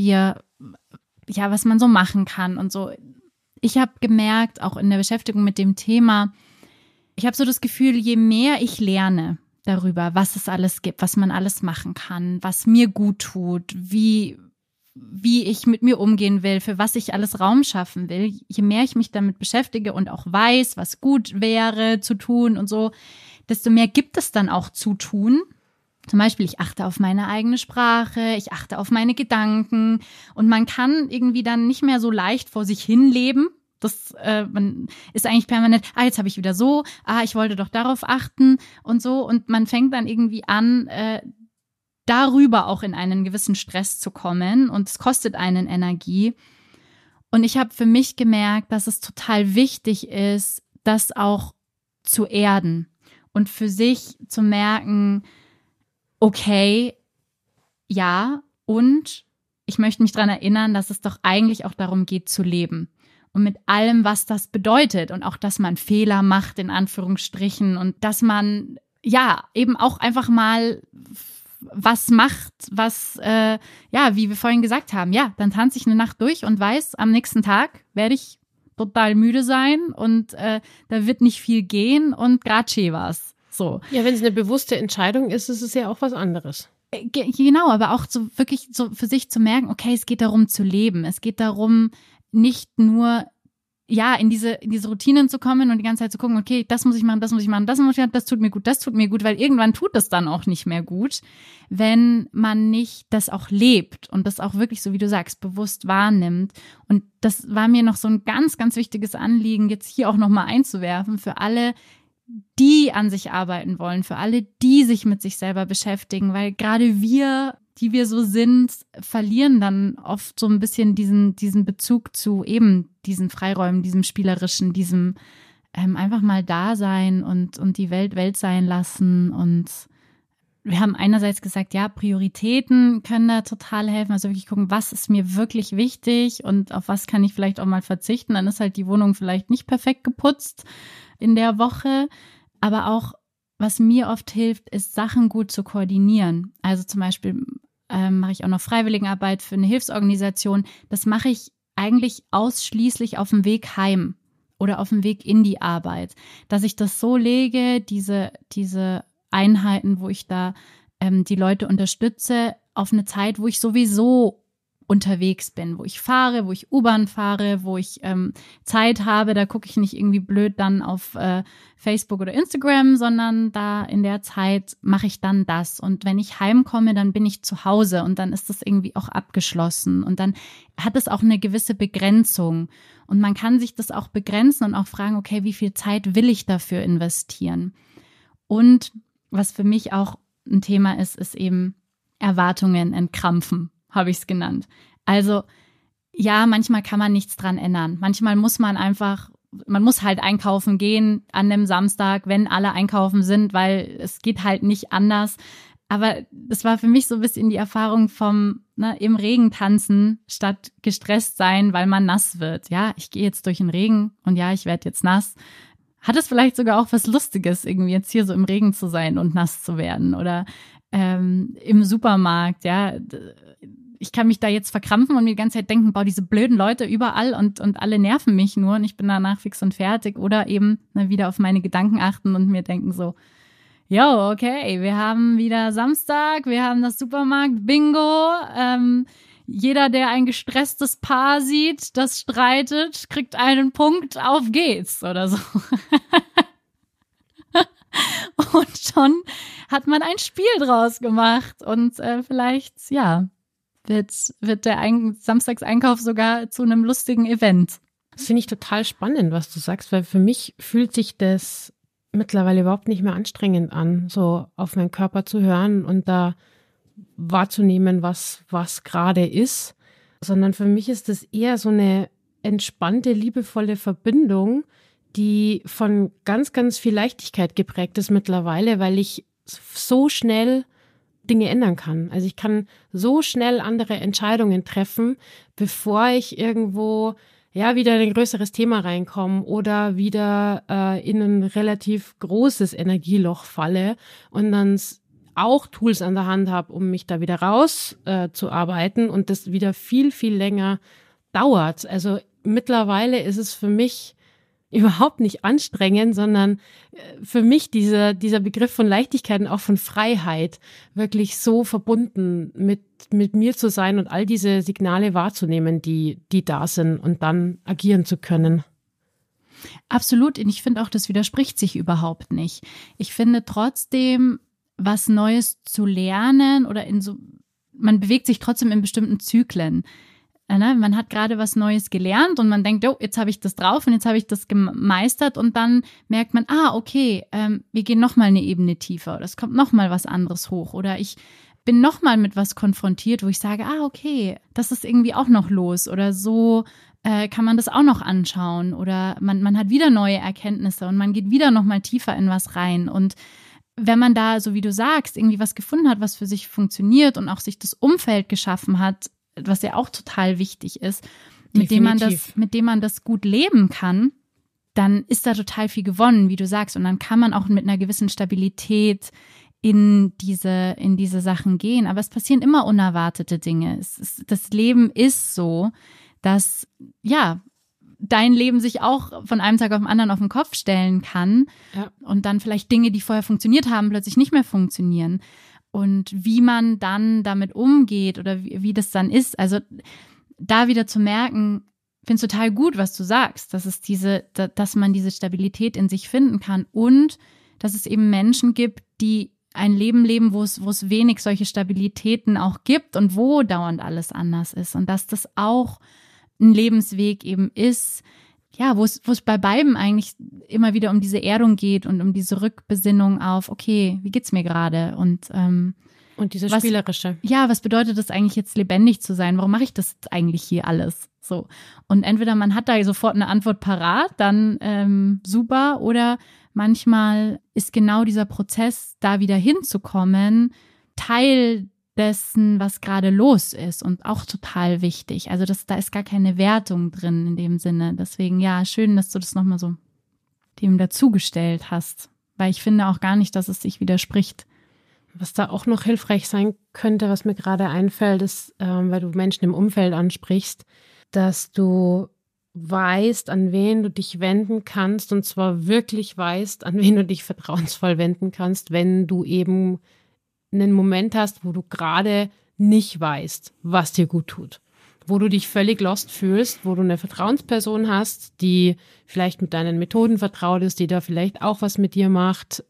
man so machen kann und so. Ich habe gemerkt, auch in der Beschäftigung mit dem Thema, ich habe so das Gefühl, je mehr ich lerne darüber, was es alles gibt, was man alles machen kann, was mir gut tut, wie ich mit mir umgehen will, für was ich alles Raum schaffen will, je mehr ich mich damit beschäftige und auch weiß, was gut wäre zu tun und so, desto mehr gibt es dann auch zu tun. Zum Beispiel, ich achte auf meine eigene Sprache, ich achte auf meine Gedanken und man kann irgendwie dann nicht mehr so leicht vor sich hin leben. Man ist eigentlich permanent, jetzt habe ich wieder so, ich wollte doch darauf achten und so. Und man fängt dann irgendwie an, darüber auch in einen gewissen Stress zu kommen. Und es kostet einen Energie. Und ich habe für mich gemerkt, dass es total wichtig ist, das auch zu erden und für sich zu merken, okay, ja, und ich möchte mich daran erinnern, dass es doch eigentlich auch darum geht, zu leben. Und mit allem, was das bedeutet und auch, dass man Fehler macht, in Anführungsstrichen, und dass man, eben auch einfach mal was macht, wie wir vorhin gesagt haben, dann tanze ich eine Nacht durch und weiß, am nächsten Tag werde ich total müde sein und da wird nicht viel gehen und grad war's. So. Ja, wenn es eine bewusste Entscheidung ist, ist es ja auch was anderes. Genau, aber auch so wirklich so für sich zu merken, okay, es geht darum zu leben. Es geht darum, nicht nur in diese Routinen zu kommen und die ganze Zeit zu gucken, okay, das muss ich machen, das tut mir gut, weil irgendwann tut das dann auch nicht mehr gut, wenn man nicht das auch lebt und das auch wirklich, so wie du sagst, bewusst wahrnimmt. Und das war mir noch so ein ganz, ganz wichtiges Anliegen, jetzt hier auch nochmal einzuwerfen, für alle, die an sich arbeiten wollen, für alle, die sich mit sich selber beschäftigen, weil gerade wir, die wir so sind, verlieren dann oft so ein bisschen diesen Bezug zu eben diesen Freiräumen, diesem Spielerischen, diesem einfach mal da sein und die Welt sein lassen. Und wir haben einerseits gesagt, Prioritäten können da total helfen, also wirklich gucken, was ist mir wirklich wichtig und auf was kann ich vielleicht auch mal verzichten. Dann ist halt die Wohnung vielleicht nicht perfekt geputzt in der Woche, aber auch, was mir oft hilft, ist, Sachen gut zu koordinieren. Also zum Beispiel mache ich auch noch Freiwilligenarbeit für eine Hilfsorganisation. Das mache ich eigentlich ausschließlich auf dem Weg heim oder auf dem Weg in die Arbeit, dass ich das so lege, diese Einheiten, wo ich da die Leute unterstütze, auf eine Zeit, wo ich sowieso unterwegs bin, wo ich fahre, wo ich U-Bahn fahre, wo ich Zeit habe, da gucke ich nicht irgendwie blöd dann auf Facebook oder Instagram, sondern da in der Zeit mache ich dann das. Und wenn ich heimkomme, dann bin ich zu Hause und dann ist das irgendwie auch abgeschlossen und dann hat es auch eine gewisse Begrenzung und man kann sich das auch begrenzen und auch fragen, okay, wie viel Zeit will ich dafür investieren? Und was für mich auch ein Thema ist, ist eben Erwartungen entkrampfen, habe ich es genannt. Also manchmal kann man nichts dran ändern. Manchmal muss man muss halt einkaufen gehen an einem Samstag, wenn alle einkaufen sind, weil es geht halt nicht anders. Aber das war für mich so ein bisschen die Erfahrung vom im Regen tanzen statt gestresst sein, weil man nass wird. Ja, ich gehe jetzt durch den Regen und ja, ich werde jetzt nass. Hat es vielleicht sogar auch was Lustiges, irgendwie jetzt hier so im Regen zu sein und nass zu werden? Oder im Supermarkt, ja. Ich kann mich da jetzt verkrampfen und mir die ganze Zeit denken, diese blöden Leute überall und alle nerven mich nur und ich bin danach fix und fertig. Oder eben wieder auf meine Gedanken achten und mir denken so, jo, okay, wir haben wieder Samstag, wir haben das Supermarkt-Bingo. Jeder, der ein gestresstes Paar sieht, das streitet, kriegt einen Punkt, auf geht's oder so. Und schon hat man ein Spiel draus gemacht und vielleicht, wird der Samstagseinkauf sogar zu einem lustigen Event. Das finde ich total spannend, was du sagst, weil für mich fühlt sich das mittlerweile überhaupt nicht mehr anstrengend an, so auf meinen Körper zu hören und da wahrzunehmen, was gerade ist, sondern für mich ist das eher so eine entspannte, liebevolle Verbindung, die von ganz, ganz viel Leichtigkeit geprägt ist mittlerweile, weil ich so schnell Dinge ändern kann. Also ich kann so schnell andere Entscheidungen treffen, bevor ich irgendwo wieder in ein größeres Thema reinkomme oder wieder in ein relativ großes Energieloch falle und dann auch Tools an der Hand habe, um mich da wieder raus zu arbeiten und das wieder viel, viel länger dauert. Also mittlerweile ist es für mich überhaupt nicht anstrengend, sondern für mich dieser Begriff von Leichtigkeit und auch von Freiheit wirklich so verbunden mit mir zu sein und all diese Signale wahrzunehmen, die da sind und dann agieren zu können. Absolut. Und ich finde auch, das widerspricht sich überhaupt nicht. Ich finde trotzdem, was Neues zu lernen oder man bewegt sich trotzdem in bestimmten Zyklen. Man hat gerade was Neues gelernt und man denkt, jetzt habe ich das drauf und jetzt habe ich das gemeistert und dann merkt man, okay, wir gehen nochmal eine Ebene tiefer oder es kommt nochmal was anderes hoch oder ich bin nochmal mit was konfrontiert, wo ich sage, okay, das ist irgendwie auch noch los oder so kann man das auch noch anschauen oder man hat wieder neue Erkenntnisse und man geht wieder nochmal tiefer in was rein und wenn man da, so wie du sagst, irgendwie was gefunden hat, was für sich funktioniert und auch sich das Umfeld geschaffen hat, was ja auch total wichtig ist, mit dem man das gut leben kann, dann ist da total viel gewonnen, wie du sagst. Und dann kann man auch mit einer gewissen Stabilität in diese Sachen gehen. Aber es passieren immer unerwartete Dinge. Das Leben ist so, dass, dein Leben sich auch von einem Tag auf den anderen auf den Kopf stellen kann und dann vielleicht Dinge, die vorher funktioniert haben, plötzlich nicht mehr funktionieren. Und wie man dann damit umgeht oder wie das dann ist, also da wieder zu merken, finde es total gut, was du sagst, dass man diese Stabilität in sich finden kann und dass es eben Menschen gibt, die ein Leben leben, wo es wenig solche Stabilitäten auch gibt und wo dauernd alles anders ist und dass das auch ein Lebensweg eben ist, wo es bei beiden eigentlich immer wieder um diese Erdung geht und um diese Rückbesinnung auf, okay, wie geht's mir gerade? Und dieses Spielerische. Was bedeutet das eigentlich jetzt lebendig zu sein? Warum mache ich das eigentlich hier alles? So. Und entweder man hat da sofort eine Antwort parat, dann super, oder manchmal ist genau dieser Prozess, da wieder hinzukommen, Teil dessen, was gerade los ist und auch total wichtig. Also da ist gar keine Wertung drin in dem Sinne. Deswegen, schön, dass du das nochmal so dem dazugestellt hast, weil ich finde auch gar nicht, dass es sich widerspricht. Was da auch noch hilfreich sein könnte, was mir gerade einfällt, ist, weil du Menschen im Umfeld ansprichst, dass du weißt, an wen du dich wenden kannst und zwar wirklich weißt, an wen du dich vertrauensvoll wenden kannst, wenn du eben einen Moment hast, wo du gerade nicht weißt, was dir gut tut, wo du dich völlig lost fühlst, wo du eine Vertrauensperson hast, die vielleicht mit deinen Methoden vertraut ist, die da vielleicht auch was mit dir macht,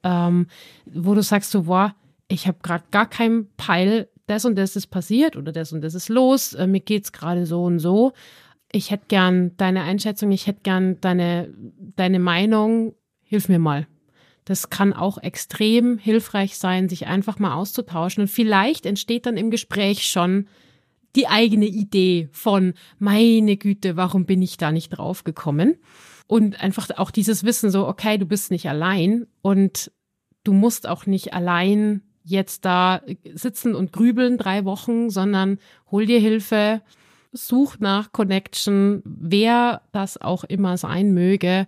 wo du sagst so, ich habe gerade gar keinen Peil, das und das ist passiert oder das und das ist los, mir geht's gerade so und so. Ich hätte gern deine Einschätzung, ich hätte gern deine Meinung, hilf mir mal. Das kann auch extrem hilfreich sein, sich einfach mal auszutauschen. Und vielleicht entsteht dann im Gespräch schon die eigene Idee von, meine Güte, warum bin ich da nicht drauf gekommen? Und einfach auch dieses Wissen so, okay, du bist nicht allein und du musst auch nicht allein jetzt da sitzen und grübeln 3 Wochen, sondern hol dir Hilfe, such nach Connection, wer das auch immer sein möge,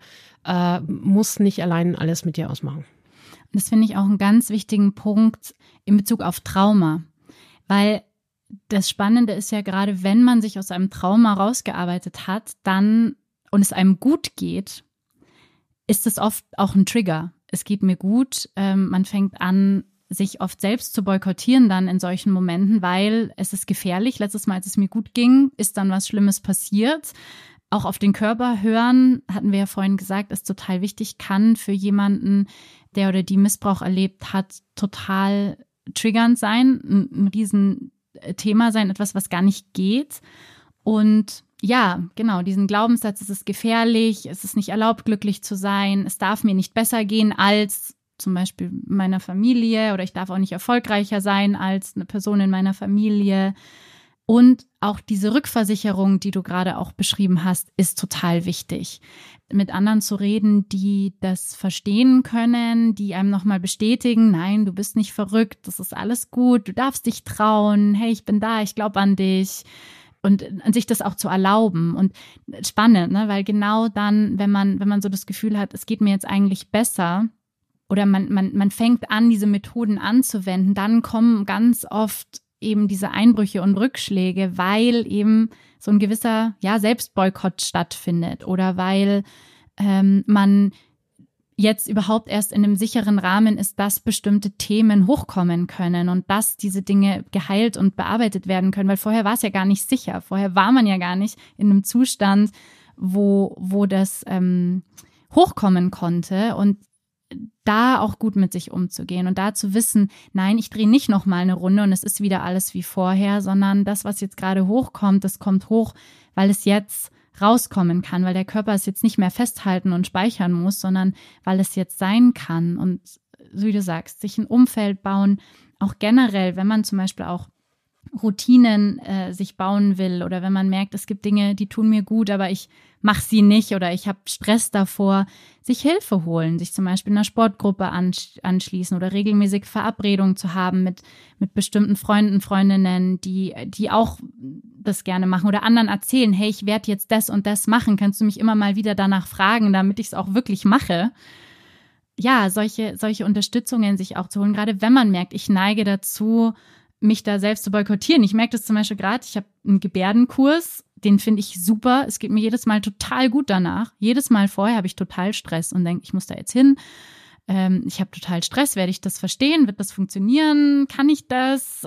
muss nicht allein alles mit dir ausmachen. Das finde ich auch einen ganz wichtigen Punkt in Bezug auf Trauma, weil das Spannende ist ja gerade, wenn man sich aus einem Trauma rausgearbeitet hat, dann und es einem gut geht, ist es oft auch ein Trigger. Es geht mir gut, man fängt an, sich oft selbst zu boykottieren dann in solchen Momenten, weil es ist gefährlich. Letztes Mal, als es mir gut ging, ist dann was Schlimmes passiert. Auch auf den Körper hören, hatten wir ja vorhin gesagt, ist total wichtig, kann für jemanden, der oder die Missbrauch erlebt hat, total triggernd sein, ein Riesenthema sein, etwas, was gar nicht geht. Und ja, genau, diesen Glaubenssatz, es ist gefährlich, es ist nicht erlaubt, glücklich zu sein, es darf mir nicht besser gehen als zum Beispiel meiner Familie oder ich darf auch nicht erfolgreicher sein als eine Person in meiner Familie. Und auch diese Rückversicherung, die du gerade auch beschrieben hast, ist total wichtig. Mit anderen zu reden, die das verstehen können, die einem nochmal bestätigen, nein, du bist nicht verrückt, das ist alles gut, du darfst dich trauen, hey, ich bin da, ich glaube an dich. Und an sich das auch zu erlauben. Und spannend, ne? Weil genau dann, wenn man so das Gefühl hat, es geht mir jetzt eigentlich besser oder man fängt an, diese Methoden anzuwenden, dann kommen ganz oft eben diese Einbrüche und Rückschläge, weil eben so ein gewisser Selbstboykott stattfindet oder weil man jetzt überhaupt erst in einem sicheren Rahmen ist, dass bestimmte Themen hochkommen können und dass diese Dinge geheilt und bearbeitet werden können, weil vorher war es ja gar nicht sicher. Vorher war man ja gar nicht in einem Zustand, wo das hochkommen konnte und da auch gut mit sich umzugehen und da zu wissen, nein, ich drehe nicht nochmal eine Runde und es ist wieder alles wie vorher, sondern das, was jetzt gerade hochkommt, das kommt hoch, weil es jetzt rauskommen kann, weil der Körper es jetzt nicht mehr festhalten und speichern muss, sondern weil es jetzt sein kann. Und so wie du sagst, sich ein Umfeld bauen, auch generell, wenn man zum Beispiel auch Routinen sich bauen will oder wenn man merkt, es gibt Dinge, die tun mir gut, aber ich mache sie nicht oder ich habe Stress davor, sich Hilfe holen, sich zum Beispiel einer Sportgruppe anschließen oder regelmäßig Verabredungen zu haben mit bestimmten Freunden, Freundinnen, die auch das gerne machen oder anderen erzählen, hey, ich werde jetzt das und das machen, kannst du mich immer mal wieder danach fragen, damit ich es auch wirklich mache. Ja, solche Unterstützungen sich auch zu holen, gerade wenn man merkt, ich neige dazu, mich da selbst zu boykottieren. Ich merke das zum Beispiel gerade, ich habe einen Gebärdenkurs, den finde ich super. Es geht mir jedes Mal total gut danach. Jedes Mal vorher habe ich total Stress und denke, ich muss da jetzt hin. Ich habe total Stress. Werde ich das verstehen? Wird das funktionieren? Kann ich das?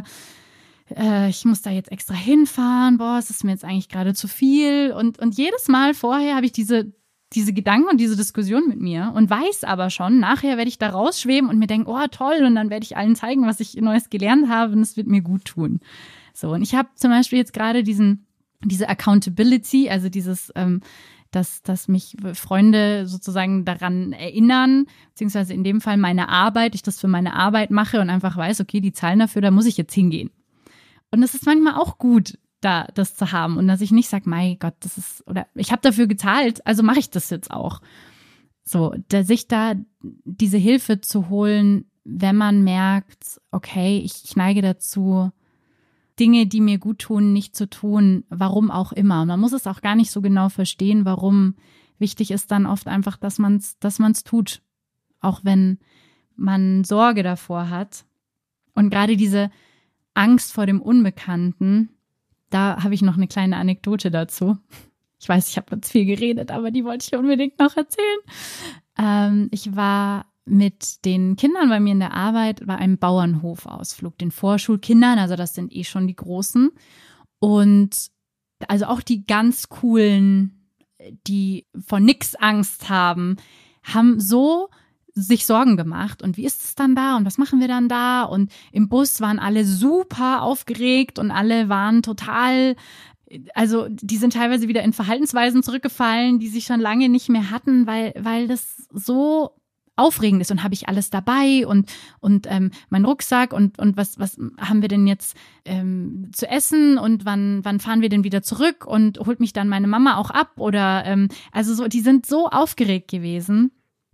Ich muss da jetzt extra hinfahren. Boah, es ist mir jetzt eigentlich gerade zu viel. Und jedes Mal vorher habe ich diese Gedanken und diese Diskussion mit mir und weiß aber schon, nachher werde ich da rausschweben und mir denken, oh toll, und dann werde ich allen zeigen, was ich Neues gelernt habe und es wird mir gut tun. So, und ich habe zum Beispiel jetzt gerade diese Accountability, also dieses, dass mich Freunde sozusagen daran erinnern, beziehungsweise in dem Fall meine Arbeit, ich das für meine Arbeit mache und einfach weiß, okay, die zahlen dafür, da muss ich jetzt hingehen. Und es ist manchmal auch gut, da das zu haben und dass ich nicht sage, mein Gott, das ist, oder ich habe dafür gezahlt, also mache ich das jetzt auch. So, sich da diese Hilfe zu holen, wenn man merkt, okay, ich neige dazu, Dinge, die mir gut tun, nicht zu tun, warum auch immer. Und man muss es auch gar nicht so genau verstehen, warum. Wichtig ist dann oft einfach, dass man's tut, auch wenn man Sorge davor hat. Und gerade diese Angst vor dem Unbekannten, da habe ich noch eine kleine Anekdote dazu. Ich weiß, ich habe ganz viel geredet, aber die wollte ich unbedingt noch erzählen. Ich war mit den Kindern bei mir in der Arbeit bei einem Bauernhofausflug, den Vorschulkindern, also das sind eh schon die Großen. Und also auch die ganz coolen, die vor nix Angst haben so sich Sorgen gemacht. Und wie ist es dann da? Und was machen wir dann da? Und im Bus waren alle super aufgeregt und alle waren total, also die sind teilweise wieder in Verhaltensweisen zurückgefallen, die sie schon lange nicht mehr hatten, weil das so aufregend ist. Und habe ich alles dabei und mein Rucksack und was haben wir denn jetzt zu essen und wann fahren wir denn wieder zurück und holt mich dann meine Mama auch ab oder also so, die sind so aufgeregt gewesen.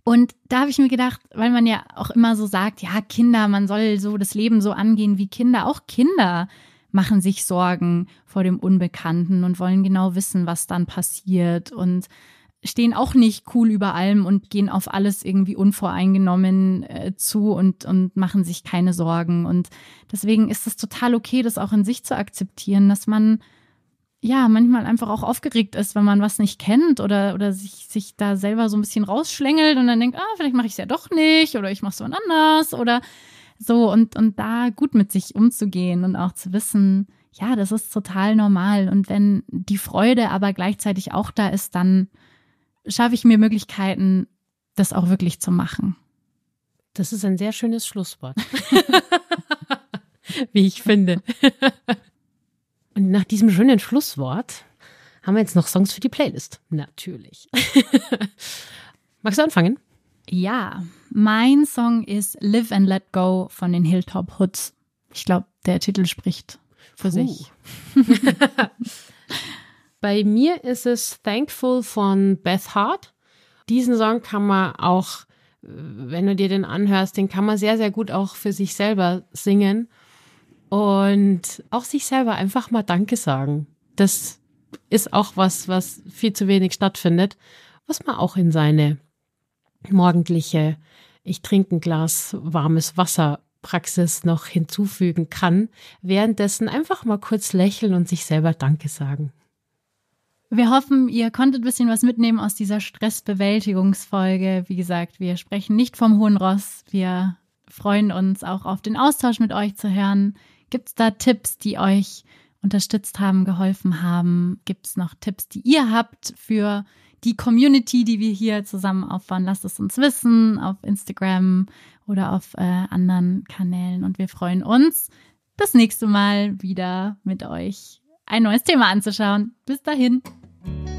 Und da habe ich mir gedacht, weil man ja auch immer so sagt, ja, Kinder, man soll so das Leben so angehen wie Kinder. Auch Kinder machen sich Sorgen vor dem Unbekannten und wollen genau wissen, was dann passiert und stehen auch nicht cool über allem und gehen auf alles irgendwie unvoreingenommen zu und machen sich keine Sorgen. Und deswegen ist es total okay, das auch in sich zu akzeptieren, dass man ja manchmal einfach auch aufgeregt ist, wenn man was nicht kennt oder sich da selber so ein bisschen rausschlängelt und dann denkt, vielleicht mache ich es ja doch nicht oder ich mache es wann anders oder so. Und da gut mit sich umzugehen und auch zu wissen, ja, das ist total normal. Und wenn die Freude aber gleichzeitig auch da ist, dann schaffe ich mir Möglichkeiten, das auch wirklich zu machen. Das ist ein sehr schönes Schlusswort. Wie ich finde. Und nach diesem schönen Schlusswort haben wir jetzt noch Songs für die Playlist. Natürlich. Magst du anfangen? Ja, mein Song ist Live and Let Go von den Hilltop Hoods. Ich glaube, der Titel spricht für sich. Bei mir ist es Thankful von Beth Hart. Diesen Song kann man auch, wenn du dir den anhörst, den kann man sehr, sehr gut auch für sich selber singen und auch sich selber einfach mal Danke sagen. Das ist auch was viel zu wenig stattfindet, was man auch in seine morgendliche Ich trinke ein Glas warmes Wasser Praxis noch hinzufügen kann. Währenddessen einfach mal kurz lächeln und sich selber Danke sagen. Wir hoffen, ihr konntet ein bisschen was mitnehmen aus dieser Stressbewältigungsfolge. Wie gesagt, wir sprechen nicht vom hohen Ross. Wir freuen uns auch auf den Austausch mit euch zu hören. Gibt es da Tipps, die euch unterstützt haben, geholfen haben? Gibt es noch Tipps, die ihr habt für die Community, die wir hier zusammen aufbauen? Lasst es uns wissen auf Instagram oder auf anderen Kanälen. Und wir freuen uns, das nächste Mal wieder mit euch ein neues Thema anzuschauen. Bis dahin.